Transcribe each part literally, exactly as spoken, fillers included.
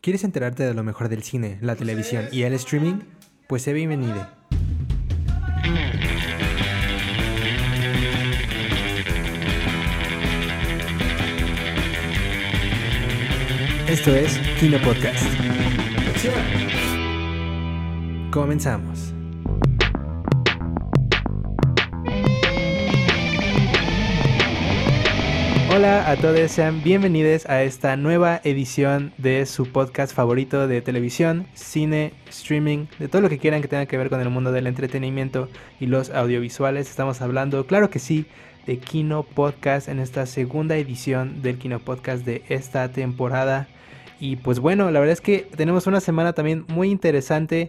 ¿Quieres enterarte de lo mejor del cine, la televisión y el streaming? Pues sé bienvenido. Esto es Kino Podcast. Comenzamos. Hola a todos, sean bienvenidos a esta nueva edición de su podcast favorito de televisión, cine, streaming, de todo lo que quieran que tenga que ver con el mundo del entretenimiento y los audiovisuales. Estamos hablando, claro que sí, de Kino Podcast en esta segunda edición del Kino Podcast de esta temporada. Y pues bueno, la verdad es que tenemos una semana también muy interesante.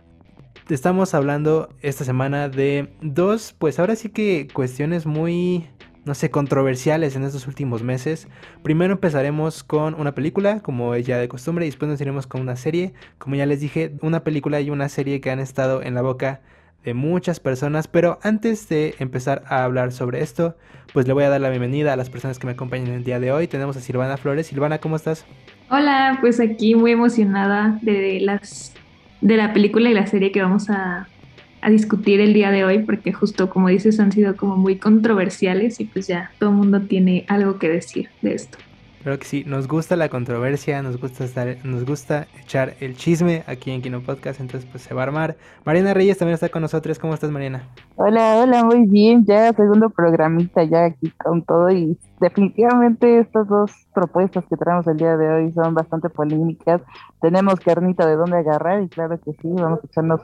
Estamos hablando esta semana de dos, pues ahora sí que cuestiones muy, no sé, controversiales en estos últimos meses. Primero empezaremos con una película, como es ya de costumbre, y después nos iremos con una serie. Como ya les dije, una película y una serie que han estado en la boca de muchas personas. Pero antes de empezar a hablar sobre esto, pues le voy a dar la bienvenida a las personas que me acompañan el día de hoy. Tenemos a Silvana Flores. Silvana, ¿cómo estás? Hola, pues aquí muy emocionada de las de la película y la serie que vamos a, a discutir el día de hoy, porque justo como dices han sido como muy controversiales y pues ya todo el mundo tiene algo que decir de esto. Claro que sí, nos gusta la controversia, nos gusta estar, nos gusta echar el chisme aquí en Kino Podcast, entonces pues se va a armar. Mariana Reyes también está con nosotros. ¿Cómo estás, Mariana? Hola, hola, muy bien, ya segundo programita ya aquí con todo y definitivamente estas dos propuestas que traemos el día de hoy son bastante polémicas. Tenemos carnita de dónde agarrar y claro que sí, vamos a echarnos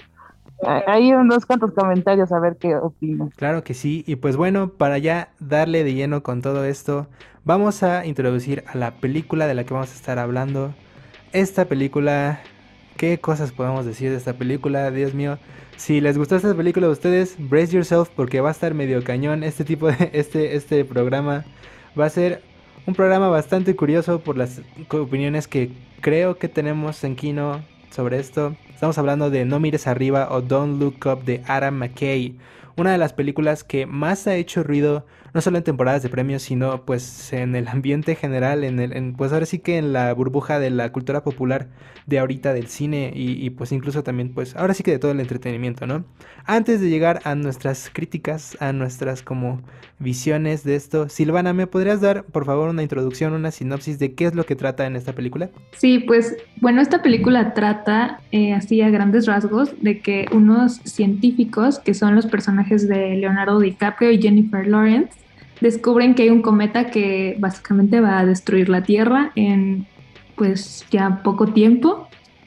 ahí unos cuantos comentarios a ver qué opinan. Claro que sí, y pues bueno, para ya darle de lleno con todo esto, vamos a introducir a la película de la que vamos a estar hablando. Esta película, ¿qué cosas podemos decir de esta película? Dios mío, si les gustó esta película a ustedes, brace yourself porque va a estar medio cañón este tipo de, este, este programa. Va a ser un programa bastante curioso por las opiniones que creo que tenemos en Kino sobre esto. Estamos hablando de No mires arriba o Don't Look Up de Adam McKay, una de las películas que más ha hecho ruido, no solo en temporadas de premios, sino pues en el ambiente general, en el, en, pues ahora sí que en la burbuja de la cultura popular de ahorita del cine y, y pues incluso también pues ahora sí que de todo el entretenimiento, ¿no? Antes de llegar a nuestras críticas, a nuestras como visiones de esto, Silvana, ¿me podrías dar por favor una introducción, una sinopsis de qué es lo que trata en esta película? Sí, pues bueno, esta película trata eh, así a grandes rasgos de que unos científicos, que son los personajes de Leonardo DiCaprio y Jennifer Lawrence, descubren que hay un cometa que básicamente va a destruir la Tierra en pues ya poco tiempo.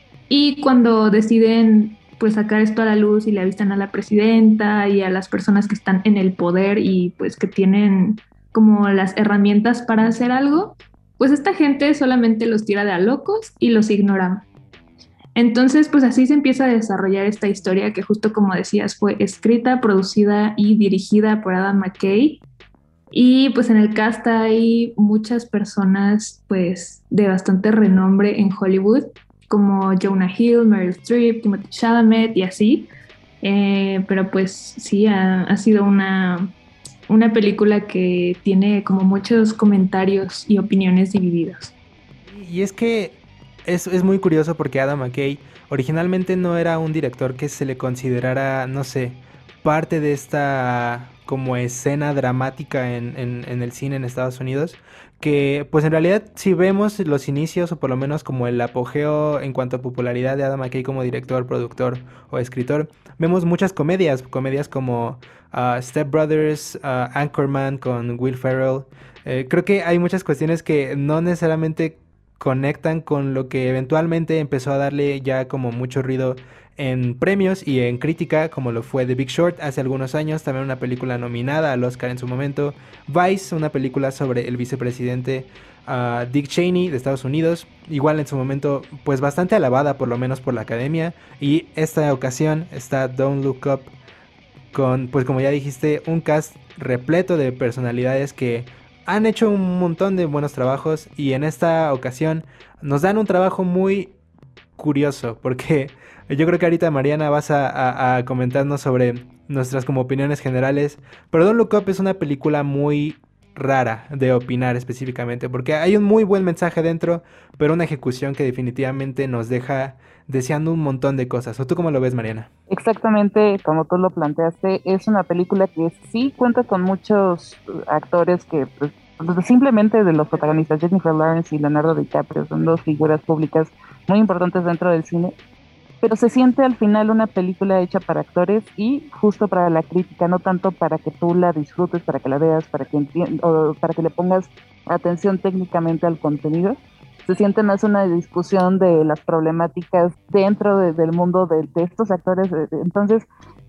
Y cuando deciden pues sacar esto a la luz y le avisan a la presidenta y a las personas que están en el poder y pues que tienen como las herramientas para hacer algo, pues esta gente solamente los tira de a locos y los ignora. Entonces pues así se empieza a desarrollar esta historia que justo como decías fue escrita, producida y dirigida por Adam McKay. Y pues en el cast hay muchas personas pues de bastante renombre en Hollywood, como Jonah Hill, Meryl Streep, Timothée Chalamet y así. Eh, pero pues sí, ha, ha sido una, una película que tiene como muchos comentarios y opiniones divididas. Y es que es, es muy curioso porque Adam McKay originalmente no era un director que se le considerara, no sé, parte de esta como escena dramática en, en, en el cine en Estados Unidos, que pues en realidad si vemos los inicios o por lo menos como el apogeo en cuanto a popularidad de Adam McKay como director, productor o escritor, vemos muchas comedias, comedias como uh, Step Brothers, uh, Anchorman con Will Ferrell. Eh, creo que hay muchas cuestiones que no necesariamente conectan con lo que eventualmente empezó a darle ya como mucho ruido en premios y en crítica, como lo fue The Big Short hace algunos años, también una película nominada al Oscar en su momento, Vice, una película sobre el vicepresidente uh, Dick Cheney de Estados Unidos, igual en su momento pues bastante alabada por lo menos por la academia, y esta ocasión está Don't Look Up con, pues como ya dijiste, un cast repleto de personalidades que han hecho un montón de buenos trabajos y en esta ocasión nos dan un trabajo muy curioso porque yo creo que ahorita Mariana vas a, a, a comentarnos sobre nuestras como opiniones generales, pero Don't Look Up es una película muy rara de opinar específicamente, porque hay un muy buen mensaje dentro, pero una ejecución que definitivamente nos deja deseando un montón de cosas. ¿O tú cómo lo ves, Mariana? Exactamente como tú lo planteaste, es una película que sí cuenta con muchos uh, actores que pues, pues, simplemente de los protagonistas, Jennifer Lawrence y Leonardo DiCaprio, son dos figuras públicas muy importantes dentro del cine, pero se siente al final una película hecha para actores y justo para la crítica, no tanto para que tú la disfrutes, para que la veas, para que enti- o para que le pongas atención técnicamente al contenido. Se siente más una discusión de las problemáticas dentro de- del mundo de, de estos actores. eh, Entonces,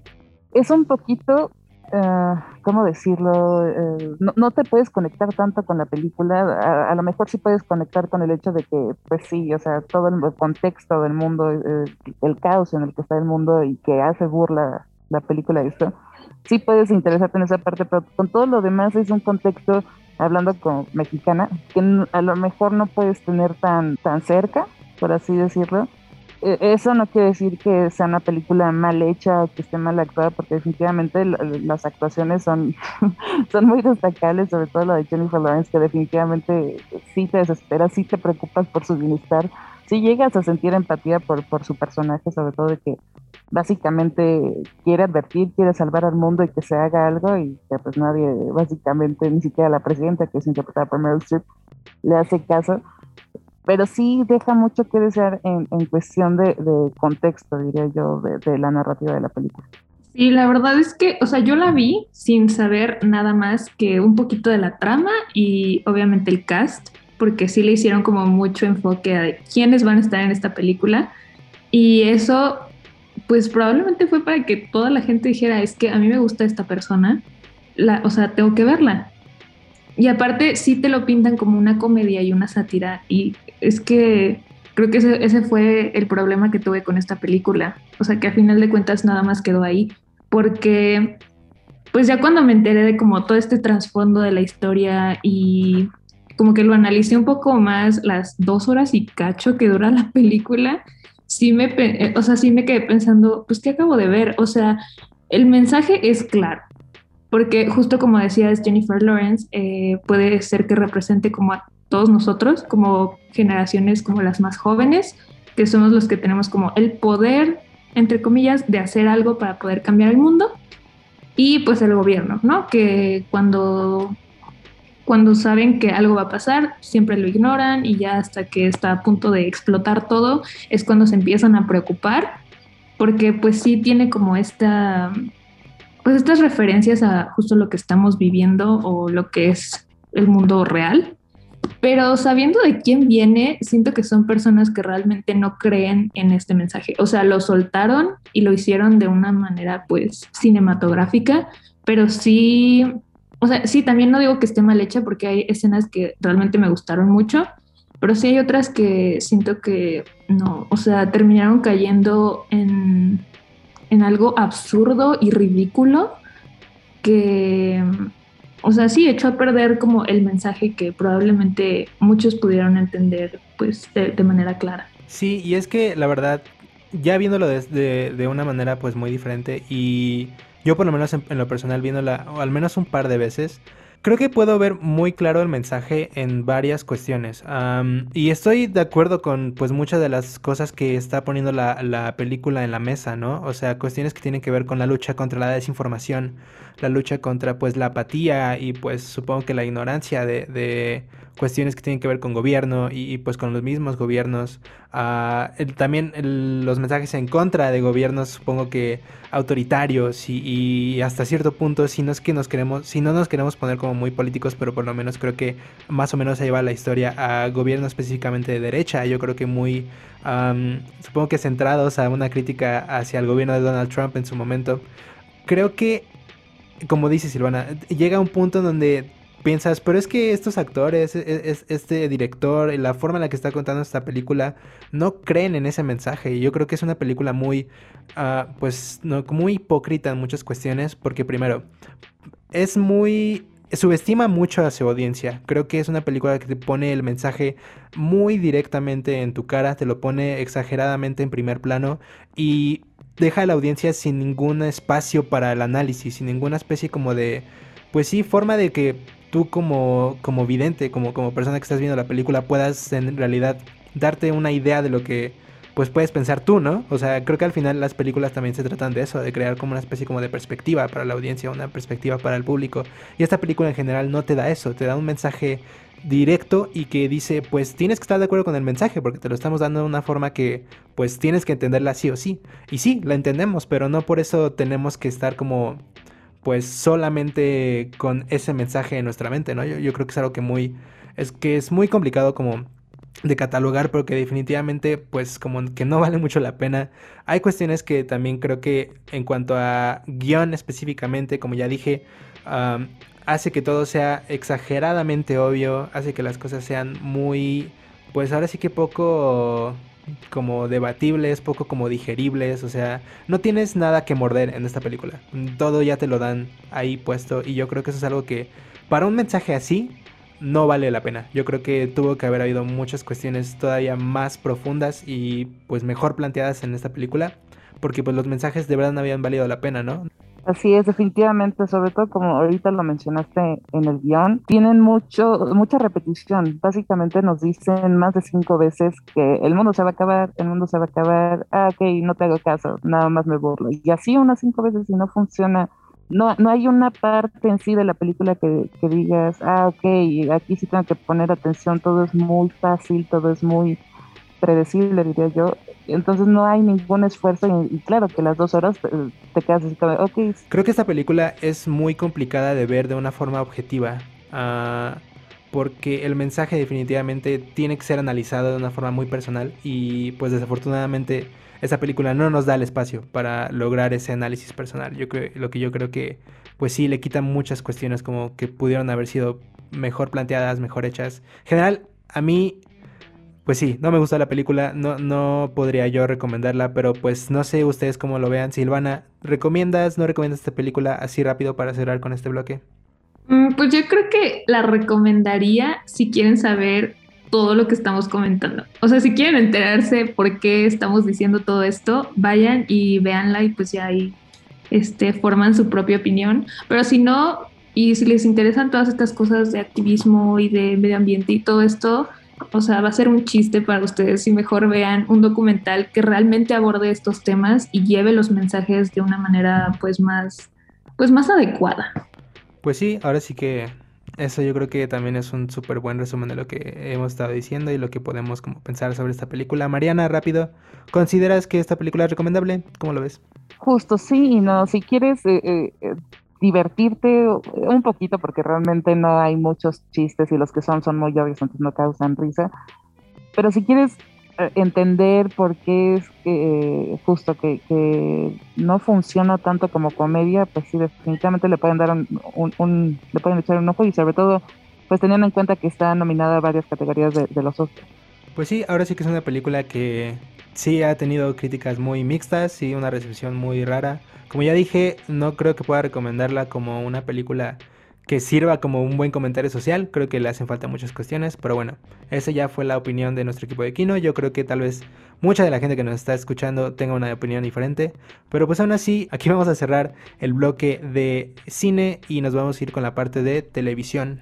es un poquito, eh, ¿cómo decirlo? Eh, no, no te puedes conectar tanto con la película. A, a lo mejor sí puedes conectar con el hecho de que, pues sí, o sea, todo el contexto del mundo, eh, el caos en el que está el mundo y que hace burla la película de esto. Sí puedes interesarte en esa parte, pero con todo lo demás es un contexto, hablando como mexicana, que n- a lo mejor no puedes tener tan, tan cerca, por así decirlo. Eh, Eso no quiere decir que sea una película mal hecha o que esté mal actuada, porque definitivamente l- las actuaciones son, son muy destacables, sobre todo la de Jennifer Lawrence, que definitivamente sí te desesperas, sí te preocupas por su bienestar, sí llegas a sentir empatía por, por su personaje, sobre todo de que básicamente quiere advertir, quiere salvar al mundo y que se haga algo y que pues nadie, básicamente ni siquiera la presidenta, que es interpretada por Meryl Streep, le hace caso, pero sí deja mucho que desear en, en cuestión de, de contexto, diría yo, de, de la narrativa de la película. Sí, la verdad es que, o sea, yo la vi sin saber nada más que un poquito de la trama y obviamente el cast, porque sí le hicieron como mucho enfoque a quiénes van a estar en esta película. Y eso, pues probablemente fue para que toda la gente dijera, es que a mí me gusta esta persona, la, o sea, tengo que verla. Y aparte sí te lo pintan como una comedia y una sátira y es que creo que ese, ese fue el problema que tuve con esta película. O sea, que a final de cuentas nada más quedó ahí porque pues ya cuando me enteré de como todo este trasfondo de la historia y como que lo analicé un poco más las dos horas y cacho que dura la película, sí me, pe- eh, o sea, sí me quedé pensando, pues, ¿qué acabo de ver? O sea, el mensaje es claro, porque justo como decías Jennifer Lawrence, eh, puede ser que represente como a todos nosotros, como generaciones como las más jóvenes, que somos los que tenemos como el poder, entre comillas, de hacer algo para poder cambiar el mundo y pues el gobierno, ¿no? Que cuando, cuando saben que algo va a pasar, siempre lo ignoran y ya hasta que está a punto de explotar todo es cuando se empiezan a preocupar, porque pues sí tiene como esta, pues estas referencias a justo lo que estamos viviendo o lo que es el mundo real. Pero sabiendo de quién viene, siento que son personas que realmente no creen en este mensaje. O sea, lo soltaron y lo hicieron de una manera pues cinematográfica, pero sí, o sea, sí, también no digo que esté mal hecha porque hay escenas que realmente me gustaron mucho, pero sí hay otras que siento que no, o sea, terminaron cayendo en, en algo absurdo y ridículo que, o sea, sí, echó a perder como el mensaje que probablemente muchos pudieron entender pues de, de manera clara. Sí, y es que la verdad, ya viéndolo desde de una manera pues muy diferente y yo por lo menos en, en lo personal viéndola o al menos un par de veces, creo que puedo ver muy claro el mensaje en varias cuestiones. Am, y estoy de acuerdo con pues muchas de las cosas que está poniendo la, la película en la mesa, ¿no? O sea, cuestiones que tienen que ver con la lucha contra la desinformación, la lucha contra pues la apatía y pues supongo que la ignorancia de, de cuestiones que tienen que ver con gobierno y, y, pues con los mismos gobiernos. Uh, el, también el, los mensajes en contra de gobiernos, supongo que autoritarios y, y hasta cierto punto, si no es que nos queremos, si no nos queremos poner como muy políticos, pero por lo menos creo que más o menos se lleva la historia a gobiernos específicamente de derecha. Yo creo que muy, um, supongo que centrados a una crítica hacia el gobierno de Donald Trump en su momento. Creo que, como dice Silvana, llega a un punto en donde piensas, pero es que estos actores, es, es, este director, la forma en la que está contando esta película, no creen en ese mensaje. Y yo creo que es una película muy, uh, pues, no, muy hipócrita en muchas cuestiones, porque primero, es muy... subestima mucho a su audiencia. Creo que es una película que te pone el mensaje muy directamente en tu cara, te lo pone exageradamente en primer plano y deja a la audiencia sin ningún espacio para el análisis, sin ninguna especie como de, pues sí, forma de que tú como, como vidente, como, como persona que estás viendo la película, puedas en realidad darte una idea de lo que pues puedes pensar tú, ¿no? O sea, creo que al final las películas también se tratan de eso, de crear como una especie como de perspectiva para la audiencia, una perspectiva para el público. Y esta película en general no te da eso, te da un mensaje directo y que dice, pues tienes que estar de acuerdo con el mensaje porque te lo estamos dando de una forma que pues tienes que entenderla sí o sí. Y sí, la entendemos, pero no por eso tenemos que estar como pues solamente con ese mensaje en nuestra mente, ¿no? Yo, yo creo que es algo que muy, es que es muy complicado como de catalogar, pero que definitivamente pues como que no vale mucho la pena. Hay cuestiones que también creo que en cuanto a guión específicamente, como ya dije, um, hace que todo sea exageradamente obvio, hace que las cosas sean muy, pues ahora sí que poco como debatibles, poco como digeribles, o sea, no tienes nada que morder en esta película, todo ya te lo dan ahí puesto y yo creo que eso es algo que para un mensaje así no vale la pena. Yo creo que tuvo que haber habido muchas cuestiones todavía más profundas y pues mejor planteadas en esta película, porque pues los mensajes de verdad no habían valido la pena, ¿no? Así es, definitivamente, sobre todo como ahorita lo mencionaste en el guión, tienen mucho, mucha repetición. Básicamente nos dicen más de cinco veces que el mundo se va a acabar, el mundo se va a acabar, ah, ok, no te hago caso, nada más me burlo. Y así unas cinco veces y no funciona. No, no hay una parte en sí de la película que, que digas, ah, ok, aquí sí tengo que poner atención, todo es muy fácil, todo es muy predecible, diría yo. Entonces no hay ningún esfuerzo y, y claro que las dos horas te, te quedas así como, ok. Creo que esta película es muy complicada de ver de una forma objetiva, uh, porque el mensaje definitivamente tiene que ser analizado de una forma muy personal y pues desafortunadamente esta película no nos da el espacio para lograr ese análisis personal. Yo creo, lo que yo creo que pues sí le quita muchas cuestiones como que pudieron haber sido mejor planteadas, mejor hechas. En general, a mí pues sí, no me gusta la película, no, no podría yo recomendarla, pero pues no sé ustedes cómo lo vean. Silvana, ¿recomiendas, no recomiendas esta película así rápido para cerrar con este bloque? Mm, Pues yo creo que la recomendaría si quieren saber todo lo que estamos comentando. O sea, si quieren enterarse por qué estamos diciendo todo esto, vayan y véanla y pues ya ahí este, forman su propia opinión. Pero si no, y si les interesan todas estas cosas de activismo y de medio ambiente y todo esto, o sea, va a ser un chiste para ustedes si mejor vean un documental que realmente aborde estos temas y lleve los mensajes de una manera pues más, pues más adecuada. Pues sí, ahora sí que eso yo creo que también es un súper buen resumen de lo que hemos estado diciendo y lo que podemos como pensar sobre esta película. Mariana, rápido, ¿consideras que esta película es recomendable? ¿Cómo lo ves? Justo, sí y no. Si quieres eh, eh, eh, divertirte un poquito, porque realmente no hay muchos chistes y los que son son muy obvios, entonces no causan risa. Pero si quieres eh, entender por qué es que eh, justo que, que no funciona tanto como comedia, pues sí, definitivamente le pueden dar un, un, un- le pueden echar un ojo y sobre todo, pues teniendo en cuenta que está nominada a varias categorías de, de los Oscars. Pues sí, ahora sí que es una película que sí ha tenido críticas muy mixtas y una recepción muy rara. Como ya dije, no creo que pueda recomendarla como una película que sirva como un buen comentario social. Creo que le hacen falta muchas cuestiones, pero bueno, esa ya fue la opinión de nuestro equipo de Kino. Yo creo que tal vez mucha de la gente que nos está escuchando tenga una opinión diferente, pero pues aún así, aquí vamos a cerrar el bloque de cine y nos vamos a ir con la parte de televisión.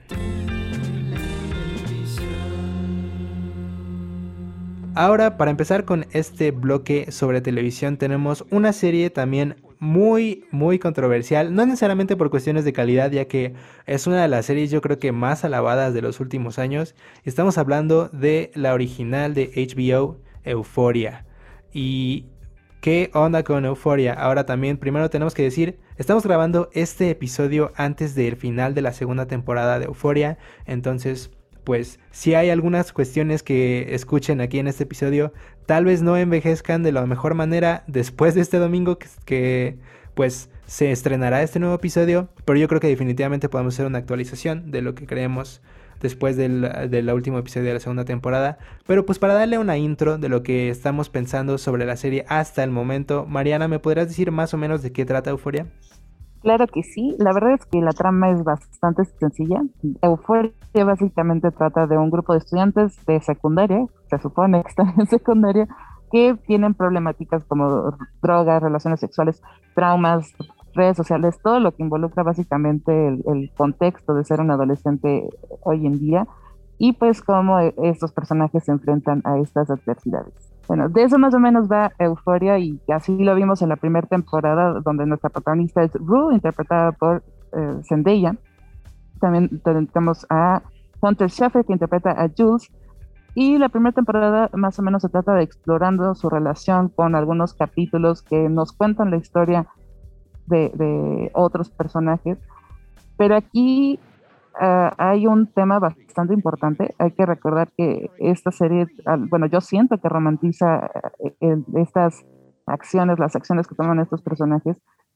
Ahora, para empezar con este bloque sobre televisión, tenemos una serie también muy, muy controversial, no necesariamente por cuestiones de calidad, ya que es una de las series yo creo que más alabadas de los últimos años. Estamos hablando de la original de H B O, Euphoria. ¿Y qué onda con Euphoria? Ahora también, primero tenemos que decir, estamos grabando este episodio antes del final de la segunda temporada de Euphoria, entonces pues si hay algunas cuestiones que escuchen aquí en este episodio, tal vez no envejezcan de la mejor manera después de este domingo que, que pues se estrenará este nuevo episodio, pero yo creo que definitivamente podemos hacer una actualización de lo que creemos después del, del último episodio de la segunda temporada. Pero pues para darle una intro de lo que estamos pensando sobre la serie hasta el momento, Mariana, ¿me podrás decir más o menos de qué trata Euphoria? Claro que sí, la verdad es que la trama es bastante sencilla. Euphoria básicamente trata de un grupo de estudiantes de secundaria, se supone que están en secundaria, que tienen problemáticas como drogas, relaciones sexuales, traumas, redes sociales, todo lo que involucra básicamente el, el contexto de ser un adolescente hoy en día y pues cómo e- estos personajes se enfrentan a estas adversidades. Bueno, de eso más o menos va Euphoria y así lo vimos en la primera temporada donde nuestra protagonista es Rue, interpretada por eh, Zendaya. También tenemos a Hunter Schafer, que interpreta a Jules. Y la primera temporada más o menos se trata de explorando su relación con algunos capítulos que nos cuentan la historia de, de otros personajes. Pero aquí uh, hay un tema bastante importante. Hay que recordar que esta serie, uh, bueno, yo siento que romantiza uh, el, estas acciones, las acciones que toman estos personajes.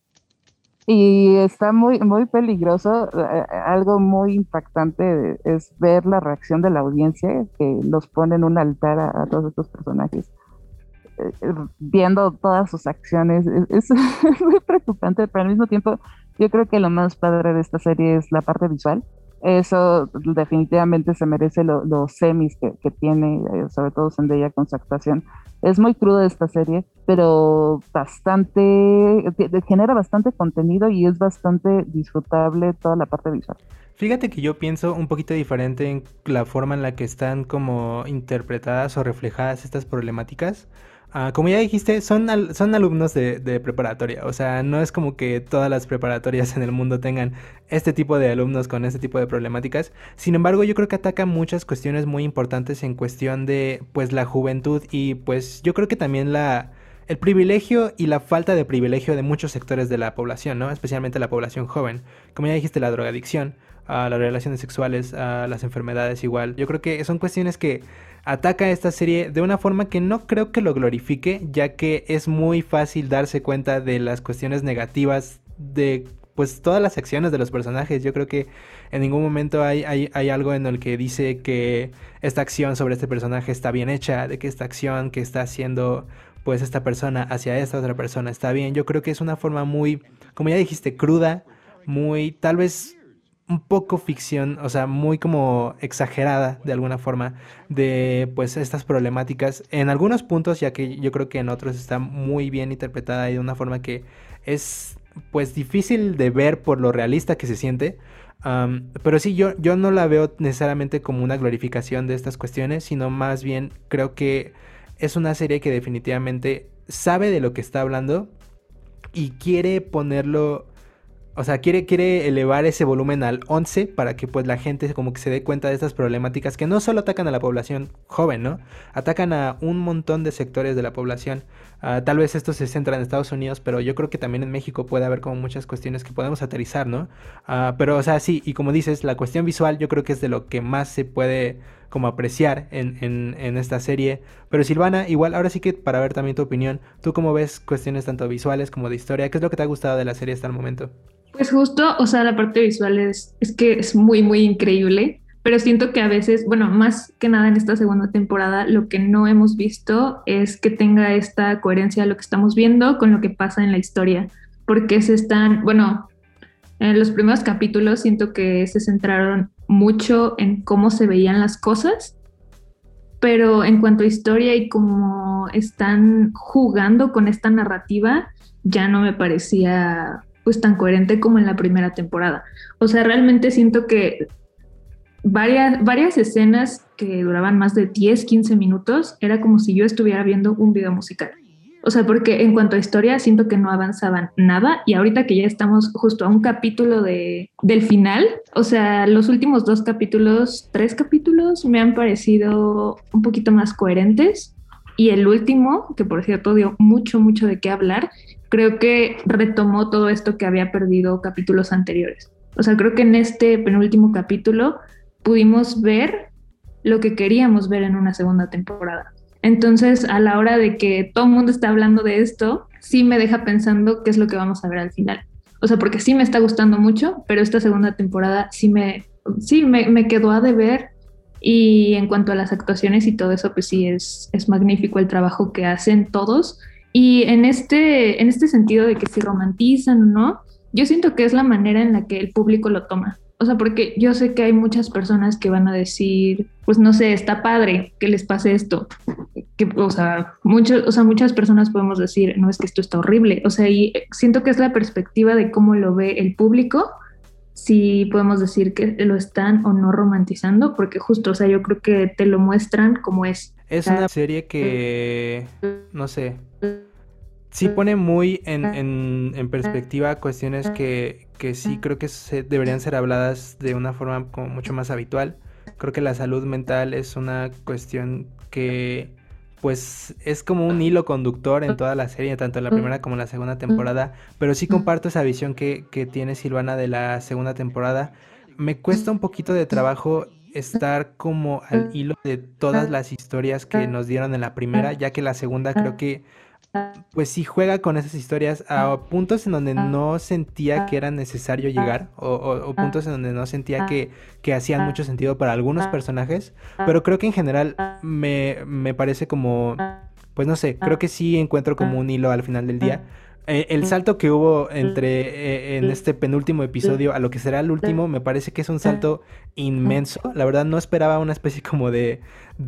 Y está muy, muy peligroso. eh, Algo muy impactante es ver la reacción de la audiencia que los pone en un altar a, a todos estos personajes, eh, eh, viendo todas sus acciones. Es, es muy preocupante, pero al mismo tiempo yo creo que lo más padre de esta serie es la parte visual. Eso definitivamente se merece lo- los semis que, que tiene, eh, sobre todo Zendaya con su actuación. Es muy cruda esta serie, pero bastante, te- te genera bastante contenido y es bastante disfrutable toda la parte visual. Fíjate que yo pienso un poquito diferente en la forma en la que están como interpretadas o reflejadas estas problemáticas. Ah, como ya dijiste, son, al- son alumnos de, de preparatoria, o sea, no es como que todas las preparatorias en el mundo tengan este tipo de alumnos con este tipo de problemáticas. Sin embargo, yo creo que ataca muchas cuestiones muy importantes en cuestión de, pues, la juventud y, pues, yo creo que también la, el privilegio y la falta de privilegio de muchos sectores de la población, ¿no? Especialmente la población joven. Como ya dijiste, la drogadicción, a las relaciones sexuales, a las enfermedades igual. Yo creo que son cuestiones que ataca esta serie de una forma que no creo que lo glorifique, ya que es muy fácil darse cuenta de las cuestiones negativas de pues todas las acciones de los personajes. Yo creo que en ningún momento hay, hay, hay algo en el que dice que esta acción sobre este personaje está bien hecha, de que esta acción que está haciendo pues esta persona hacia esta otra persona está bien. Yo creo que es una forma muy, como ya dijiste, cruda, muy tal vez un poco ficción, o sea, muy como exagerada de alguna forma de pues estas problemáticas en algunos puntos, ya que yo creo que en otros está muy bien interpretada y de una forma que es pues difícil de ver por lo realista que se siente. Um, pero sí, yo, yo no la veo necesariamente como una glorificación de estas cuestiones, sino más bien creo que es una serie que definitivamente sabe de lo que está hablando y quiere ponerlo, o sea, quiere, quiere elevar ese volumen al once para que pues la gente como que se dé cuenta de estas problemáticas que no solo atacan a la población joven, ¿no? Atacan a un montón de sectores de la población. Uh, tal vez esto se centra en Estados Unidos, pero yo creo que también en México puede haber como muchas cuestiones que podemos aterrizar, ¿no? Uh, pero, o sea, sí, y como dices, la cuestión visual yo creo que es de lo que más se puede como apreciar en, en, en esta serie. Pero Silvana, igual, ahora sí que para ver también tu opinión, ¿tú cómo ves cuestiones tanto visuales como de historia? ¿Qué es lo que te ha gustado de la serie hasta el momento? Pues justo, o sea, la parte visual es, es que es muy, muy increíble, pero siento que a veces, bueno, más que nada en esta segunda temporada, lo que no hemos visto es que tenga esta coherencia de lo que estamos viendo con lo que pasa en la historia, porque se están, bueno, en los primeros capítulos siento que se centraron mucho en cómo se veían las cosas, pero en cuanto a historia y cómo están jugando con esta narrativa, ya no me parecía pues tan coherente como en la primera temporada. O sea, realmente siento que varias, varias escenas que duraban más de diez, quince minutos, era como si yo estuviera viendo un video musical. O sea, porque en cuanto a historia, siento que no avanzaban nada y ahorita que ya estamos justo a un capítulo de, del final, o sea, los últimos dos capítulos, tres capítulos me han parecido un poquito más coherentes y el último, que por cierto dio mucho, mucho de qué hablar, creo que retomó todo esto que había perdido capítulos anteriores. O sea, creo que en este penúltimo capítulo pudimos ver lo que queríamos ver en una segunda temporada. Entonces, a la hora de que todo el mundo está hablando de esto, sí me deja pensando qué es lo que vamos a ver al final. O sea, porque sí me está gustando mucho, pero esta segunda temporada sí me, sí me, me quedó a deber. Y en cuanto a las actuaciones y todo eso, pues sí, es, es magnífico el trabajo que hacen todos. Y en este, en este sentido de que si romantizan o no, yo siento que es la manera en la que el público lo toma. O sea, porque yo sé que hay muchas personas que van a decir, pues no sé, está padre que les pase esto. Que, o sea, muchos, o sea, muchas personas podemos decir, no, es que esto está horrible. O sea, y siento que es la perspectiva de cómo lo ve el público, si podemos decir que lo están o no romantizando, porque justo, o sea, yo creo que te lo muestran como es. Es una serie que, no sé, sí pone muy en, en, en perspectiva cuestiones que, que sí creo que se, deberían ser habladas de una forma como mucho más habitual. Creo que la salud mental es una cuestión que pues es como un hilo conductor en toda la serie, tanto en la primera como en la segunda temporada, pero sí comparto esa visión que, que tiene Silvana de la segunda temporada. Me cuesta un poquito de trabajo estar como al hilo de todas las historias que nos dieron en la primera, ya que la segunda creo que pues sí juega con esas historias a puntos en donde no sentía que era necesario llegar o, o, o puntos en donde no sentía que, que hacían mucho sentido para algunos personajes, pero creo que en general me, me parece como, pues no sé, creo que sí encuentro como un hilo al final del día. Eh, el salto que hubo entre eh, en este penúltimo episodio a lo que será el último me parece que es un salto inmenso. La verdad no esperaba una especie como de,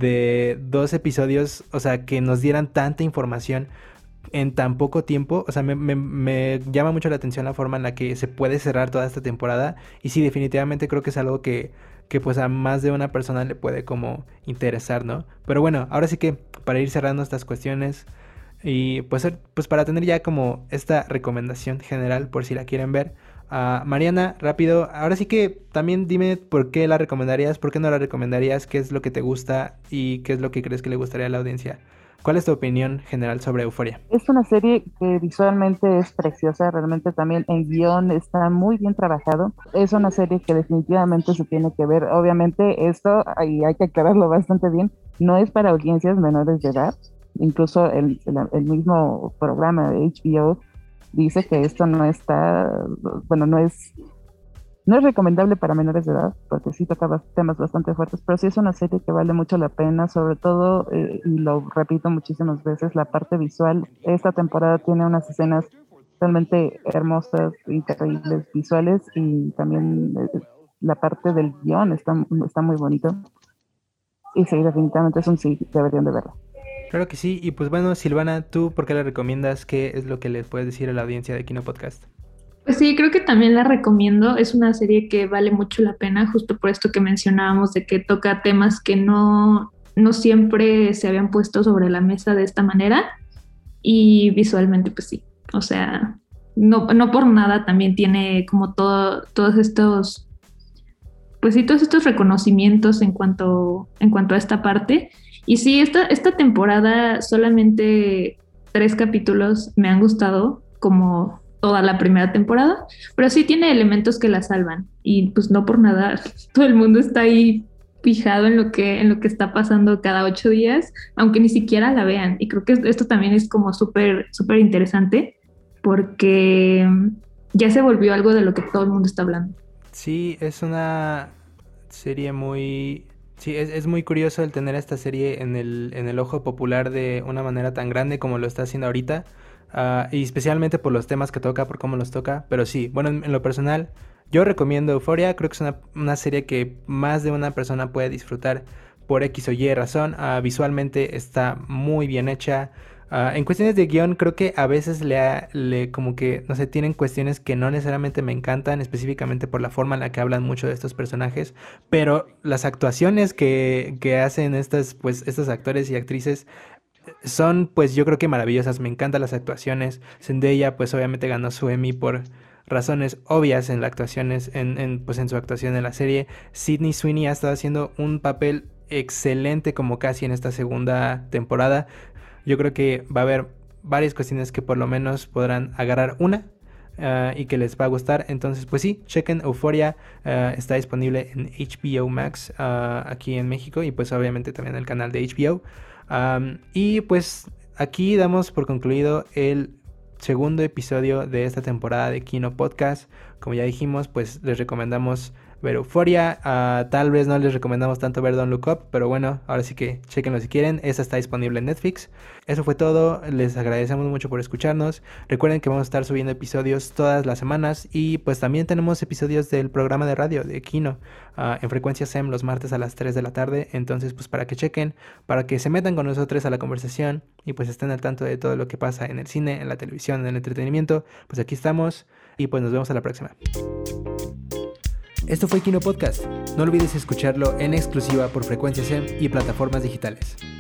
de dos episodios, o sea, que nos dieran tanta información en tan poco tiempo. O sea, me, me, me llama mucho la atención la forma en la que se puede cerrar toda esta temporada. Y sí, definitivamente creo que es algo que, que pues a más de una persona le puede como interesar, ¿no? Pero bueno, ahora sí que para ir cerrando estas cuestiones y pues, pues para tener ya como esta recomendación general por si la quieren ver. Uh, Mariana, rápido, ahora sí que también dime por qué la recomendarías, por qué no la recomendarías, qué es lo que te gusta y qué es lo que crees que le gustaría a la audiencia. ¿Cuál es tu opinión general sobre Euphoria? Es una serie que visualmente es preciosa, realmente también en guión está muy bien trabajado. Es una serie que definitivamente se tiene que ver. Obviamente esto, y hay que aclararlo bastante bien, no es para audiencias menores de edad. Incluso el, el, el mismo programa de H B O dice que esto no está, bueno, no es No es recomendable para menores de edad, porque sí toca temas bastante fuertes, pero sí es una serie que vale mucho la pena, sobre todo, eh, y lo repito muchísimas veces, la parte visual. Esta temporada tiene unas escenas realmente hermosas, increíbles, visuales, y también eh, la parte del guión está, está muy bonito. Y sí, definitivamente es un sí, deberían de verlo. Claro que sí, y pues bueno, Silvana, ¿tú por qué la recomiendas? ¿Qué es lo que le puedes decir a la audiencia de Kino Podcast? Pues sí, creo que también la recomiendo. Es una serie que vale mucho la pena, justo por esto que mencionábamos, de que toca temas que no, no siempre se habían puesto sobre la mesa de esta manera. Y visualmente, pues sí. O sea, no, no por nada también tiene como todo, todos estos, pues sí, todos estos reconocimientos en cuanto, en cuanto a esta parte. Y sí, esta, esta temporada solamente tres capítulos me han gustado, como toda la primera temporada, pero sí tiene elementos que la salvan y pues no por nada todo el mundo está ahí fijado en lo que en lo que está pasando cada ocho días, aunque ni siquiera la vean. Y creo que esto también es como súper súper interesante porque ya se volvió algo de lo que todo el mundo está hablando. Sí, es una serie muy... Sí, es, es muy curioso el tener esta serie en el, en el ojo popular de una manera tan grande como lo está haciendo ahorita. Uh, y especialmente por los temas que toca, por cómo los toca. Pero sí, bueno, en, en lo personal, yo recomiendo Euphoria. Creo que es una, una serie que más de una persona puede disfrutar por X o Y razón. Uh, visualmente está muy bien hecha. Uh, en cuestiones de guión, creo que a veces le, ha, le como que, no sé, tienen cuestiones que no necesariamente me encantan, específicamente por la forma en la que hablan mucho de estos personajes. Pero las actuaciones que, que hacen estas, pues, estos actores y actrices son, pues, yo creo que maravillosas. Me encantan las actuaciones. Zendaya, pues, obviamente ganó su Emmy por razones obvias en las actuaciones, en, en, pues, en su actuación en la serie. Sydney Sweeney ha estado haciendo un papel excelente como casi en esta segunda temporada. Yo creo que va a haber varias cuestiones que por lo menos podrán agarrar una uh, y que les va a gustar. Entonces, pues sí, chequen Euphoria. Uh, está disponible en H B O Max uh, aquí en México y pues obviamente también en el canal de H B O. Um, y pues aquí damos por concluido el segundo episodio de esta temporada de Kino Podcast. Como ya dijimos, pues les recomendamos ver Euphoria. Uh, tal vez no les recomendamos tanto ver Don't Look Up, pero bueno, ahora sí que chequenlo si quieren. Esa está disponible en Netflix. Eso fue todo. Les agradecemos mucho por escucharnos. Recuerden que vamos a estar subiendo episodios todas las semanas y pues también tenemos episodios del programa de radio de Kino uh, en Frecuencia S E M los martes a las tres de la tarde. Entonces pues para que chequen, para que se metan con nosotros a la conversación y pues estén al tanto de todo lo que pasa en el cine, en la televisión, en el entretenimiento, pues aquí estamos y pues nos vemos a la próxima. Esto fue Kino Podcast. No olvides escucharlo en exclusiva por Frecuencia S E M y plataformas digitales.